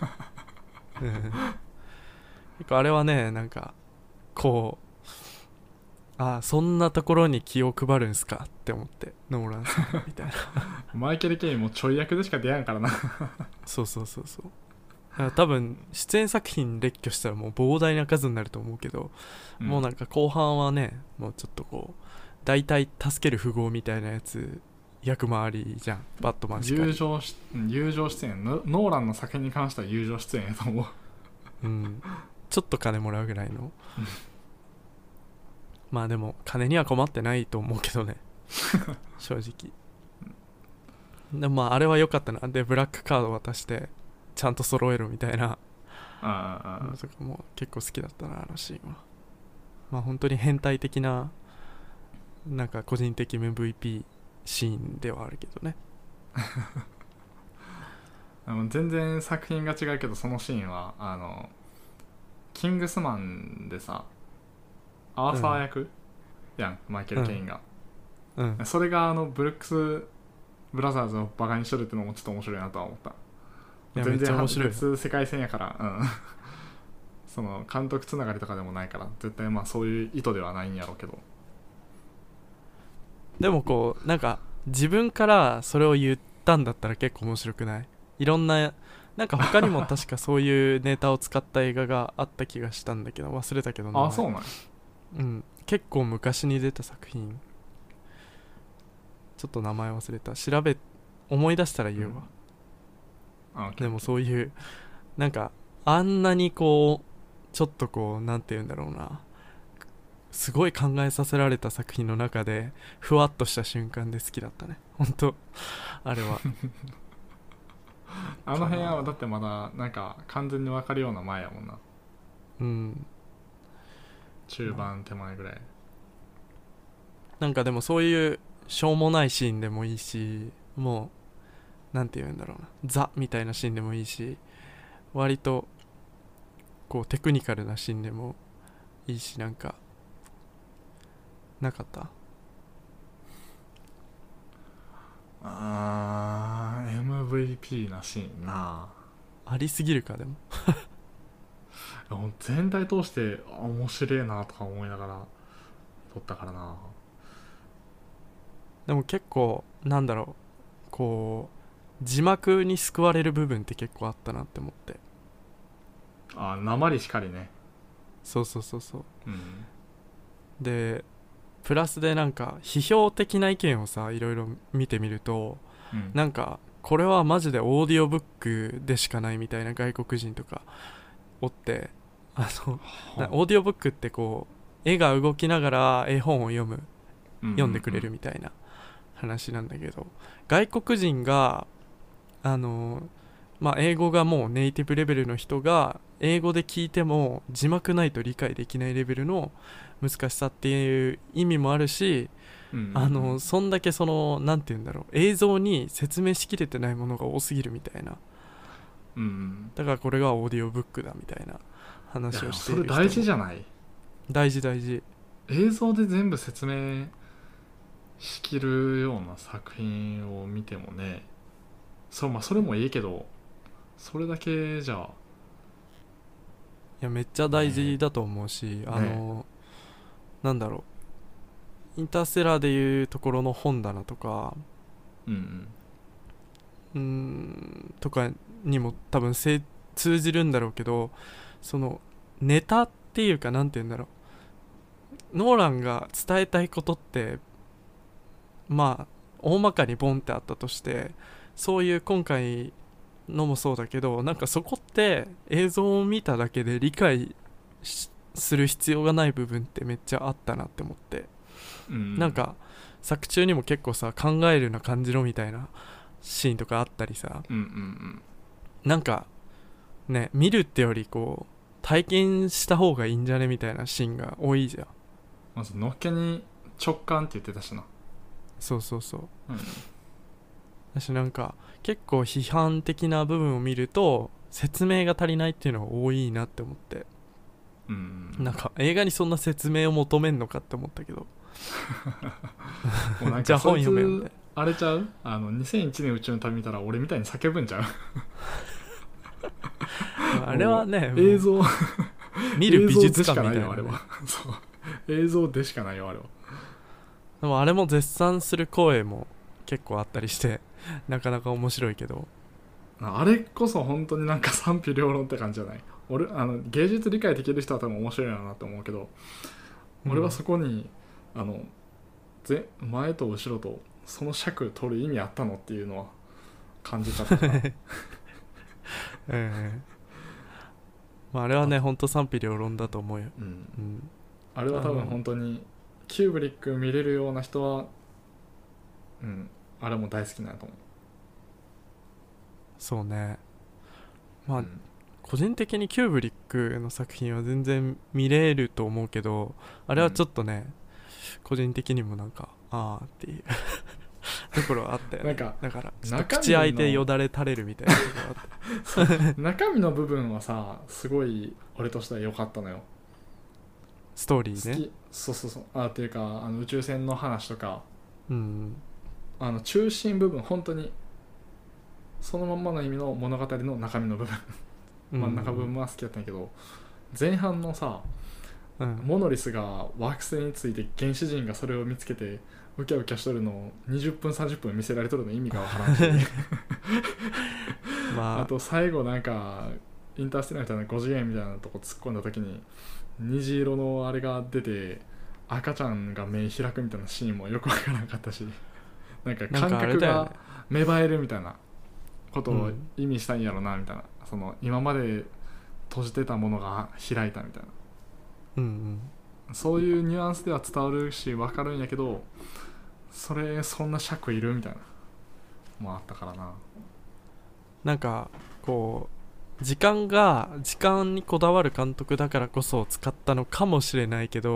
結構あれはね、なんかこう、そんなところに気を配るんすかって思って、ノーランさんみたいなマイケル・ケインもちょい役でしか出やんからなそう多分出演作品列挙したらもう膨大な数になると思うけど、もうなんか後半はね、もうちょっとこう大体助ける富豪みたいなやつ役回りじゃん、バットマンしかり。 友情出演、ノーランの作品に関しては友情出演やと思うちょっと金もらうぐらいのまあでも金には困ってないと思うけどね正直。でもまああれは良かったな。でブラックカード渡してちゃんと揃えろみたいなとかも結構好きだったな、あのシーンは。まあ本当に変態的な、なんか個人的 MVP シーンではあるけどね全然作品が違うけど、そのシーンはキングスマンでさ、アーサー役、やん、マイケル・ケインが、それがブルックス・ブラザーズをバカにしとるってのもちょっと面白いなとは思った。全然別世界線やから、その監督つながりとかでもないから、絶対まあそういう意図ではないんやろうけど、 でもこうなんか自分からそれを言ったんだったら結構面白くない？いろんな、なんか他にも確かそういうネタを使った映画があった気がしたんだけど忘れたけどな。 そうなん？ 結構昔に出た作品、ちょっと名前忘れた、思い出したら言うわ、でもそういうなんかあんなにこうちょっとこうなんて言うんだろうな、 すごい考えさせられた作品の中でふわっとした瞬間で好きだったね本当あれはあの辺はだってまだなんか完全に分かるような前やもんな。 うん。 中盤手前ぐらい。 なんかでもそういうしょうもないシーンでもいいし、もうなんて言うんだろうな、ザみたいなシーンでもいいし、割とこうテクニカルなシーンでもいいし、なんかなかった？ MVP なシーンな。 ありすぎるか。でも全体通して面白いなとか思いながら撮ったからな。 でも結構なんだろう、こう字幕に救われる部分って結構あったなって思って。 鉛しかりね。 そうそうそうそう。 うん。 でプラスでなんか批評的な意見をさいろいろ見てみると、 うん、 なんかこれはマジでオーディオブックでしかないみたいな外国人とかおって、オーディオブックってこう絵が動きながら絵本を読んでくれるみたいな話なんだけど、外国人が英語がもうネイティブレベルの人が英語で聞いても字幕ないと理解できないレベルの難しさっていう意味もあるし、そんだけそのなんて言うんだろう、映像に説明しきれてないものが多すぎるみたいな、だからこれがオーディオブックだみたいな話をしている人も。 それ大事じゃない？ 大事大事。 映像で全部説明しきるような作品を見てもね、それもいいけど、それだけじゃ、 いやめっちゃ大事だと思うし、なんだろう、インターステラーでいうところの本棚とかとかにも多分通じるんだろうけど、そのネタっていうかなんて言うんだろう、ノーランが伝えたいことってまあ大まかにボンってあったとして、そういう今回のもそうだけど、なんかそこって映像を見ただけで理解する必要がない部分ってめっちゃあったなって思って、なんか作中にも結構さ考えるな感じろみたいなシーンとかあったりさ、なんかね見るってよりこう体験した方がいいんじゃねみたいなシーンが多いじゃん。 まずのっけに直感って言ってたしな。 そうそうそう、私なんか結構批判的な部分を見ると説明が足りないっていうのが多いなって思って、なんか映画にそんな説明を求めんのかって思ったけどじゃあ本読めよって。 あれちゃう2001年宇宙の旅見たら俺みたいに叫ぶんちゃうあれはね映像見る美術館みたいな、ね、 あれはそう映像でしかないよあれは。 でもあれも絶賛する声も結構あったりしてなかなか面白いけど、 あれこそ本当になんか賛否両論って感じじゃない？俺芸術理解できる人は多分面白いなと思うけど、俺はそこに前と後ろとその尺取る意味あったのっていうのは感じたからあれはね本当賛否両論だと思うよ。 あれは多分本当にキューブリック見れるような人はあれも大好きなんやと思う。 そうね、個人的にキューブリックの作品は全然見れると思うけど、あれはちょっとね、個人的にもなんかあーっていうところはあったよね。だからちょっと口開いてよだれ垂れるみたいなところあった中身の部分はさすごい俺としては良かったのよ。 ストーリーね。 そうっていうか宇宙船の話とか、中心部分本当にそのまんまの意味の物語の中身の部分真ん中部分は好きだったんやけど、前半のさ、モノリスが惑星について原始人がそれを見つけてウキャウキャしとるのを20分30分見せられとるの意味がわからんしあと最後なんかインターステラーみたいな5次元みたいなとこ突っ込んだ時に虹色のあれが出て赤ちゃんが目開くみたいなシーンもよくわからなかったし、なんか感覚が芽生えるみたいなことを意味したんやろなみたいな、その今まで閉じてたものが開いたみたいな、 そういうニュアンスでは伝わるし分かるんやけど、そんな尺いるみたいなもあったからな。 なんかこう時間にこだわる監督だからこそ使ったのかもしれないけど、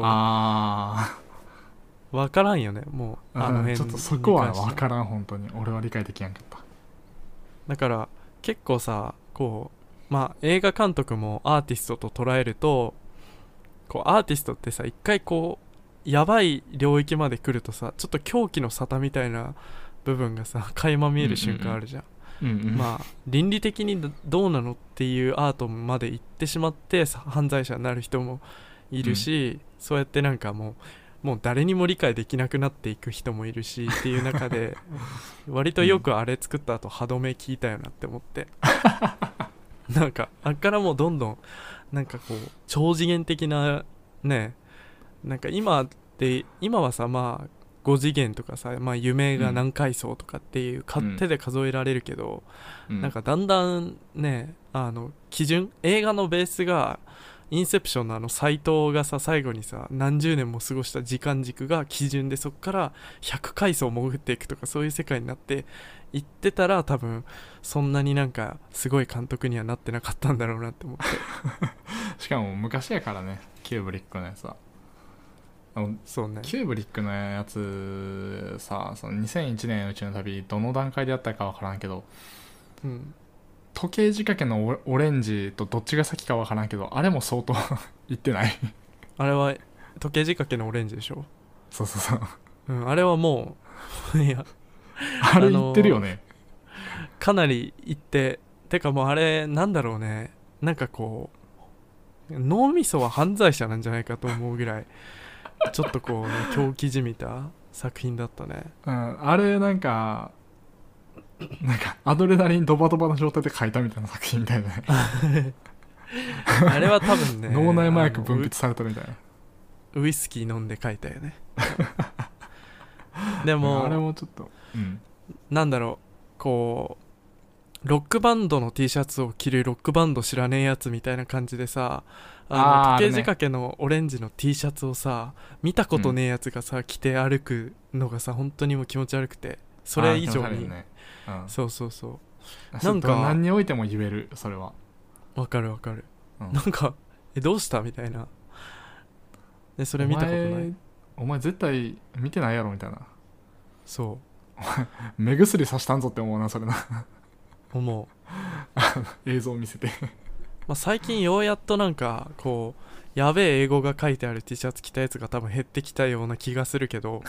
分からんよね、もうあの辺にちょっとそこは分からん。本当に俺は理解できやんかった。 だから結構さ、こうまあ映画監督もアーティストと捉えると、こうアーティストってさ、一回こうやばい領域まで来るとさ、ちょっと狂気の沙汰みたいな部分がさ垣間見える瞬間あるじゃん。まあ倫理的にどうなのっていうアートまで行ってしまって犯罪者になる人もいるし、そうやってなんかもう誰にも理解できなくなっていく人もいるしっていう中で割とよくあれ作った後歯止め効いたよなって思ってなんかあっからもうどんどんなんかこう超次元的なね、なんか今はさ、まあ5次元とかさ、まあ、夢が何階層とかっていう手で数えられるけど、なんかだんだんね、基準、映画のベースがインセプションのサイトがさ、最後にさ何十年も過ごした時間軸が基準で、そっから100階層潜っていくとか、そういう世界になっていってたら、多分そんなになんかすごい監督にはなってなかったんだろうなって思ってしかも昔やからね、キューブリックのやつは。そうね、キューブリックのやつさ、その2001年宇宙の旅どの段階でやったか分からんけど、時計仕掛けのオレンジとどっちが先か分からんけど、あれも相当いってないあれは時計仕掛けのオレンジでしょ。 そうそうそう、 あれはもういやあれいってるよね、 かなりいって、てかもうあれなんだろうね、なんかこう脳みそは犯罪者なんじゃないかと思うぐらいちょっとこう、ね、狂気じみた作品だったね。 あれなんかアドレナリンドバドバの状態で描いたみたいな作品みたいなねあれは多分ね脳内麻薬分泌されたみたいな、 ウイスキー飲んで描いたよねでもあれもちょっと、 なんだろう、こうロックバンドの T シャツを着るロックバンド知らねえやつみたいな感じでさ、時計仕掛けのオレンジの T シャツをさ、見たことねえやつがさ、着て歩くのがさ、本当にもう気持ち悪くて、それ以上に、そうそうそう、 なんか何においても言える、それはわかるわかる、なんかどうしたみたいな。でそれ見たことない、 お前絶対見てないやろみたいな。 そう目薬さしたんぞって思うな、それな思う映像を見せてまあ最近ようやっとなんかこうやべえ英語が書いてある T シャツ着たやつが多分減ってきたような気がするけど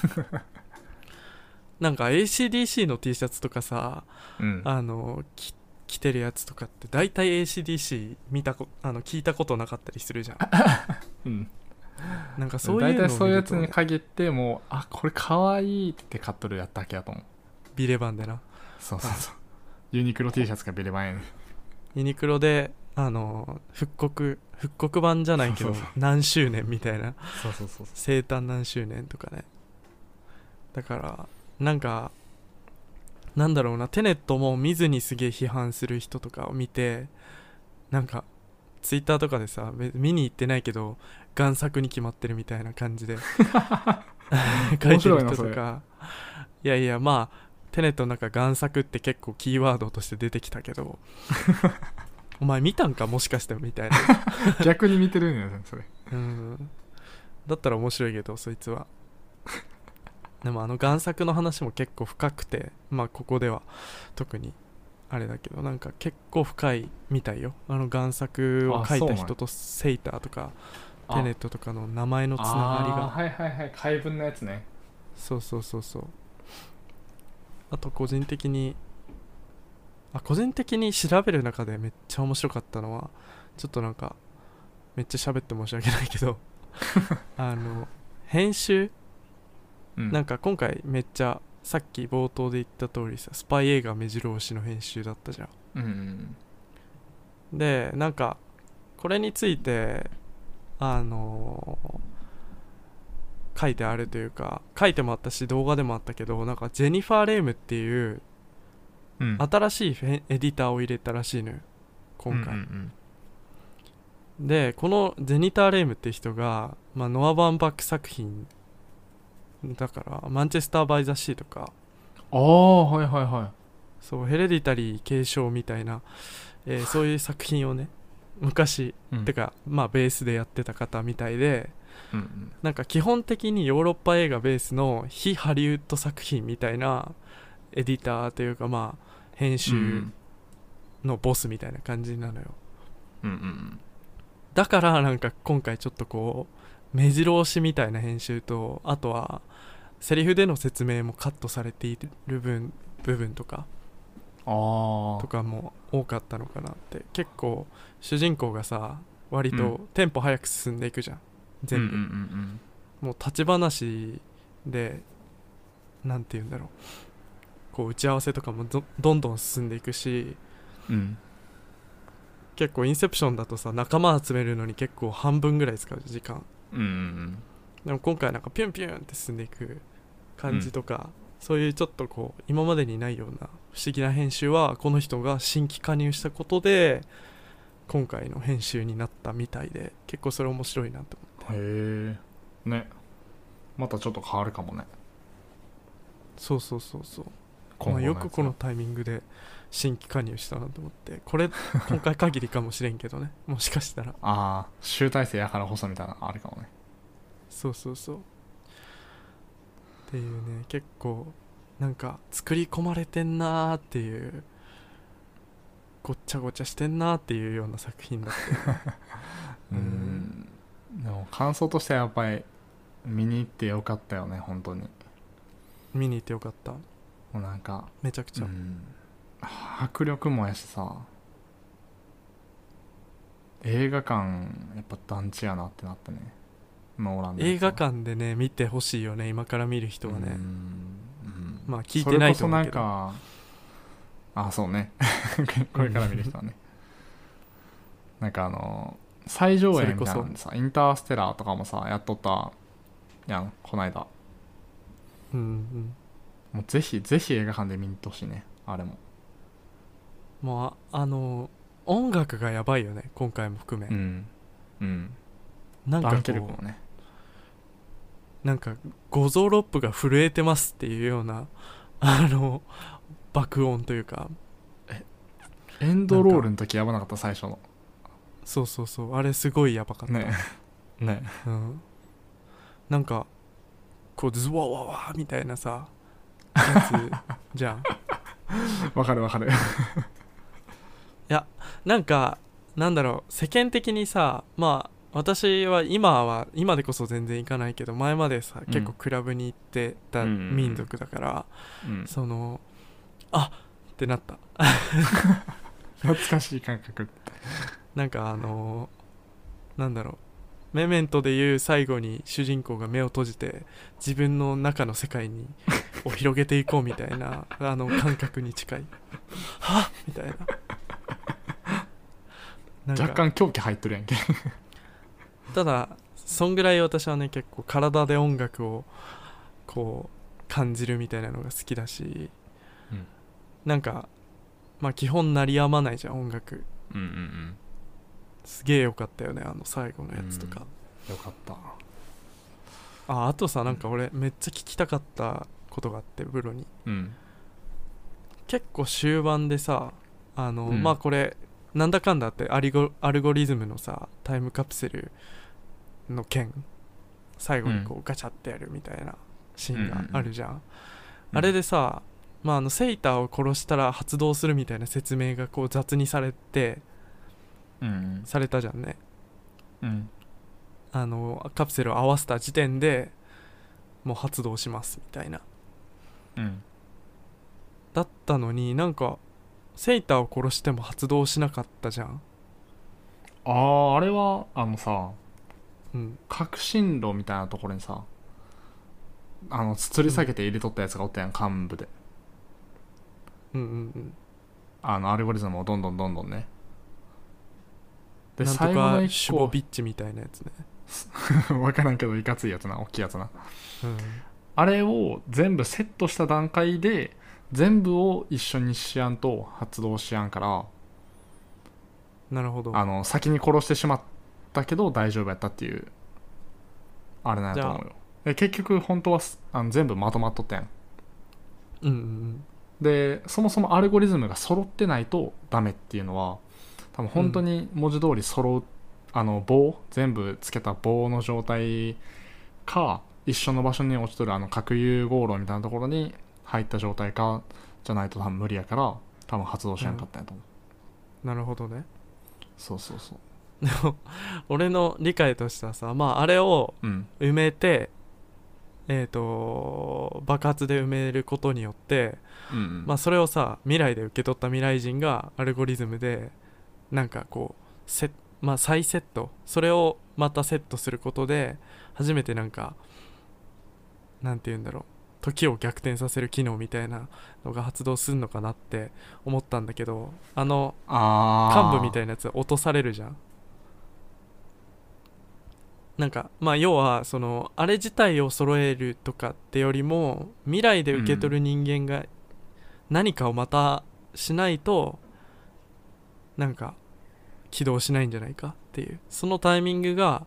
なんか AC/DC の T シャツとかさ、着てるやつとかって大体 AC/DC 聞いたことなかったりするじゃんなんかそういうのを見ると、ね、 大体そういうやつに限ってもうこれかわいいって買っとるやったっけやと思う。 ビレバンでな。 そうユニクロ T シャツがビレバンやね。 ユニクロで復刻版じゃないけど何周年みたいな、生誕何周年とかね。だからなんかなんだろうな、テネットも見ずにすげえ批判する人とかを見て、なんかツイッターとかでさ、見に行ってないけど贋作に決まってるみたいな感じで書いてる人とか、いやいや、まあテネットの中贋作って結構キーワードとして出てきたけどお前見たんかもしかしてみたいな逆に見てるんやねそれ。 だったら面白いけど、そいつはでも贋作の話も結構深くて、まあここでは特にあれだけど、なんか結構深いみたいよ。贋作を書いた人とセイターとかテネットとかの名前のつながりが、 はいはいはい、解文のやつね。 そうあと個人的に調べる中でめっちゃ面白かったのは、ちょっとなんかめっちゃ喋って申し訳ないけど編集、なんか今回めっちゃさっき冒頭で言った通りさ、スパイ映画目白押しの編集だったじゃん、でなんかこれについて書いてあるというか、書いてもあったし動画でもあったけど、なんかジェニファー・レイムっていう新しいエディターを入れたらしいのよ今回、 でこのゼニター・レイムって人が、ノア・バーンバック作品だからマンチェスター・バイ・ザ・シーとか、 ああはいはいはそうヘレディタリー継承みたいな、そういう作品をね昔、 い、 てかベースでやってた方みたいで、 うんうん、 なんか基本的にヨーロッパ映画ベースの非ハリウッド作品みたいなエディターというか編集のボスみたいな感じなのよ。 うんうんうん、 だからなんか今回ちょっとこう目白押しみたいな編集と、あとはセリフでの説明もカットされている部分とかも多かったのかなって。結構主人公がさ割とテンポ早く進んでいくじゃん全部、もう立ち話でなんて言うんだろう、こう打ち合わせとかもどんどん進んでいくし、結構インセプションだとさ仲間集めるのに結構半分ぐらい使う時間、でも今回なんかピュンピュンって進んでいく感じとか、そういうちょっとこう今までにないような不思議な編集はこの人が新規加入したことで今回の編集になったみたいで、結構それ面白いなと思って。 へえね、またちょっと変わるかもね。 そうよくこのタイミングで新規加入したなと思って。これ今回限りかもしれんけどねもしかしたらああ集大成やからこそみたいなのあるかもね。 そうっていうね、結構なんか作り込まれてんなーっていう、ごっちゃごちゃしてんなーっていうような作品だったでも感想としてはやっぱり見に行ってよかったよね。本当に見に行ってよかった。 もうなんかめちゃくちゃ、 迫力もやしさ、映画館やっぱ団地やなってなったね。ノーランド映画館でね見てほしいよね、今から見る人はね。聞いてないと思うけど、それこそなんかそうねこれから見る人はねなんか最上映みたいなんでさ、インターステラーとかもさやっとったやんこないだ。もうぜひぜひ映画館で見に行ってほしいね、あれも。 もう音楽がやばいよね今回も含め。なんかこう、ね、なんか五臓六腑が震えてますっていうような爆音というか、 エンドロールの時やばなかった？最初のそうあれすごいやばかったねなんかこうズワワワみたいなさやつじゃんわかるいやなんかなんだろう、世間的にさ私は今でこそ全然行かないけど、前までさ、結構クラブに行ってた民族だから、あってなった懐かしい感覚。 なんかなんだろう、メメントでいう最後に主人公が目を閉じて自分の中の世界を広げていこうみたいな感覚に近いはっみたいな若干狂気入っとるやんけただそんぐらい私はね結構体で音楽をこう感じるみたいなのが好きだし、なんか基本鳴りやまないじゃん音楽。すげえよかったよね最後のやつとか。 よかった。 あとさ、なんか俺めっちゃ聞きたかったことがあって、ブロに、結構終盤でさこれなんだかんだってアルゴリズムのさタイムカプセルの剣最後にこうガチャってやるみたいなシーンがあるじゃん、あれでさ、セイターを殺したら発動するみたいな説明がこう雑にされて、されたじゃんね、カプセルを合わせた時点でもう発動しますみたいな、だったのになんかセイターを殺しても発動しなかったじゃん。 あれはさ、革新炉みたいなところにさ吊り下げて入れとったやつがおったやん、幹部で。アルゴリズムをどんどんね。 でなんとかシュボビッチみたいなやつね分からんけどいかついやつな、大きいやつな、あれを全部セットした段階で全部を一緒にしやんと発動しやんから、 なるほど、 先に殺してしまっったけど大丈夫やったっていうあれなんやと思うよ。結局本当は全部まとまっとったやん。 うんうんうん。 でそもそもアルゴリズムが揃ってないとダメっていうのは多分本当に文字通り揃う、棒全部つけた棒の状態か一緒の場所に落ちとる核融合炉みたいなところに入った状態かじゃないと多分無理やから多分発動しなかったんやと思う、 なるほどね。 そうそうそう。 でも俺の理解としてはさ、まああれを埋めて、爆発で埋めることによって、まあそれをさ未来で受け取った未来人がアルゴリズムでなんかこうまあ再セット、それをまたセットすることで初めてなんかなんて言うんだろう、時を逆転させる機能みたいなのが発動するのかなって思ったんだけど、幹部みたいなやつ落とされるじゃん。なんかまあ要はそのあれ自体を揃えるとかってよりも未来で受け取る人間が何かをまたしないとなんか起動しないんじゃないかっていう、そのタイミングが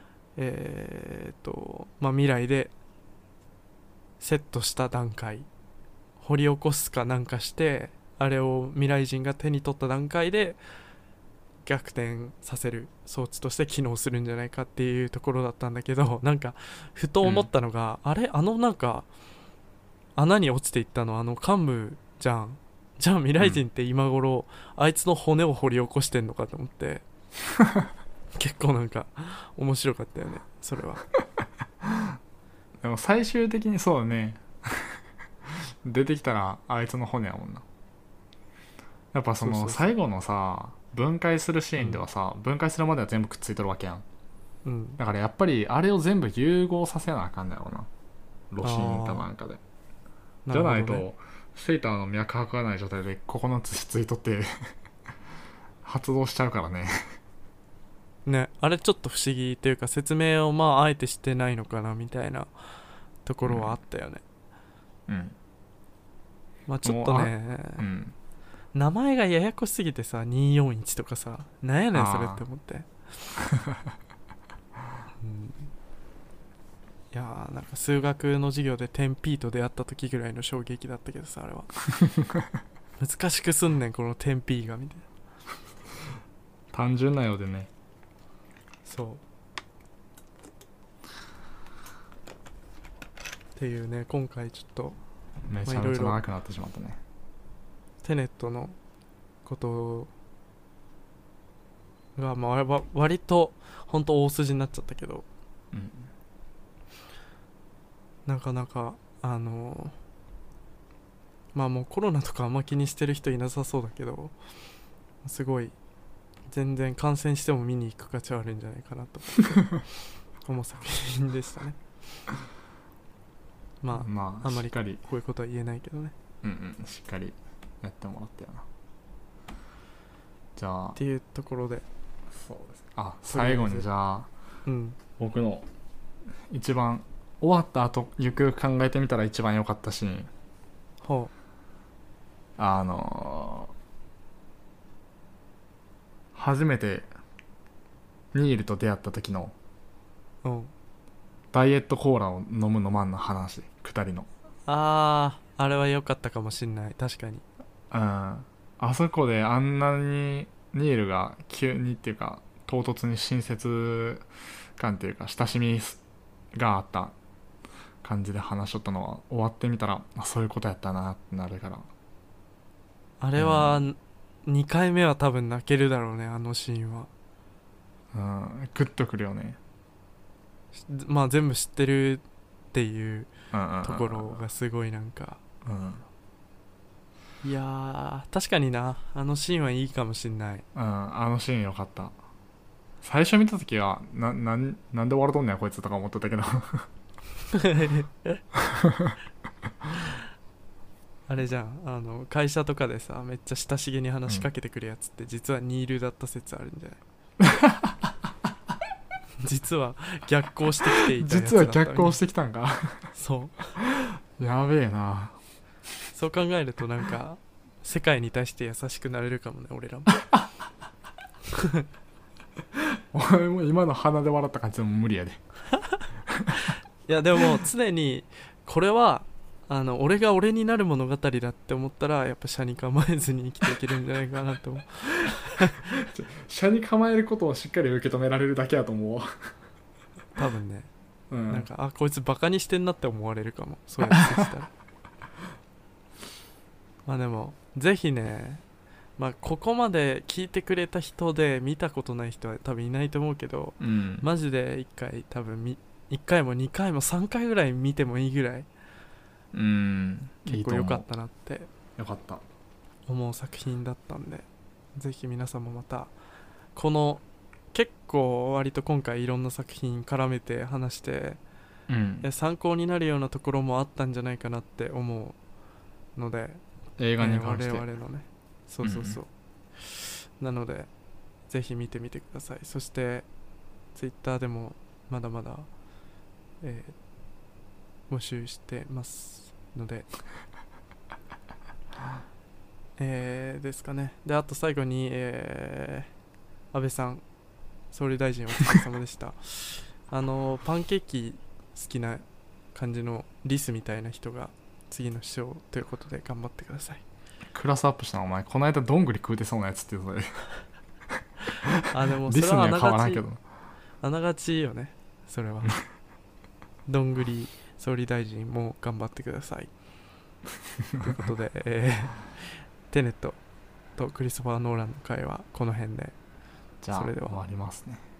まあ未来でセットした段階、掘り起こすかなんかしてあれを未来人が手に取った段階で逆転させる装置として機能するんじゃないかっていうところだったんだけど、なんかふと思ったのが、あれなんか穴に落ちていったの幹部じゃん。じゃあ未来人って今頃、あいつの骨を掘り起こしてんのかと思って結構なんか面白かったよねそれは。 でも最終的にそうだね出てきたらあいつの骨やもんな。やっぱその最後のさ分解するシーンではさ、分解するまでは全部くっついとるわけやん、だからやっぱりあれを全部融合させなあかんだろうな、ロシーンかなんかで。じゃないとセイターの脈拍がない状態で9つひっついとって発動しちゃうからねね、あれちょっと不思議というか説明をまああえてしてないのかなみたいなところはあったよね。まあちょっとね、名前がややこしすぎてさ、241とかさ、なんやねんそれって思っていやーなんか数学の授業で 10P と出会った時ぐらいの衝撃だったけどさ、あれは難しくすんねんこの 10P がみたいな。 単純なようでね。 そうっていうね、今回ちょっとめちゃめちゃ長くなってしまったね、 テネットのことが、まあ、割と本当大筋になっちゃったけど、なかなかまあもうコロナとかあんま気にしてる人いなさそうだけど、すごい全然感染しても見に行く価値はあるんじゃないかなと思う作品でしたね。まああんまりこういうことは言えないけどね。 しっかりやってもらったよな。じゃあっていうところで、 そうです。最後にじゃあ、僕の一番終わった後ゆくゆく考えてみたら一番良かったシーン、初めてニールと出会った時のダイエットコーラを飲む飲まんの話、2人のあれは良かったかもしんない。確かにあそこであんなにニールが急にっていうか唐突に親切感っていうか親しみがあった感じで話しとったのは終わってみたらそういうことやったなってなるから、 あれは2回目は多分泣けるだろうね、あのシーンは。 グッとくるよね。 まあ全部知ってるっていうところがすごいなんか、いや確かにな、あのシーンはいいかもしんない。 あのシーンよかった。最初見た時はなんで終わるとんねんこいつとか思ってたけどあれじゃん、会社とかでさめっちゃ親しげに話しかけてくるやつって実はニールだった説あるんじゃない実は逆行してきていたやつだった。 実は逆行してきたんかそうやべえな。 そう考えるとなんか世界に対して優しくなれるかもね、俺らも俺も今の鼻で笑った感じでも無理やで。 いやでも常にこれは俺が俺になる物語だって思ったらやっぱ車に構えずに生きていけるんじゃないかなと思う。 車に構えることをしっかり受け止められるだけやと思う。 多分ね、 うん、 なんかこいつバカにしてんなって思われるかも、そうやってしたら。まあでもぜひね、まあここまで聞いてくれた人で見たことない人は多分いないと思うけど、 うん、 マジで1回多分1回も2回も3回ぐらい見てもいいぐらい、 うん、 結構良かったなってよかった思う作品だったんで、ぜひ皆さんもまたこの結構割と今回いろんな作品絡めて話して、 うん、 参考になるようなところもあったんじゃないかなって思うので、 映画に関して、 我々のね、そうそうそう、なのでぜひ見てみてください。そしてツイッターでもまだまだ、募集してますのでですかね。であと最後に、安倍さん総理大臣お疲れ様でしたパンケーキ好きな感じのリスみたいな人が次の首相ということで頑張ってください。 クラスアップしたのお前この間どんぐり食うてそうなやつって言うとでもそれはリスには変わらんけどあながちよねそれは。どんぐり総理大臣も頑張ってくださいということで、テネットとクリストファー・ノーランの会はこの辺で、 じゃあ終わりますね。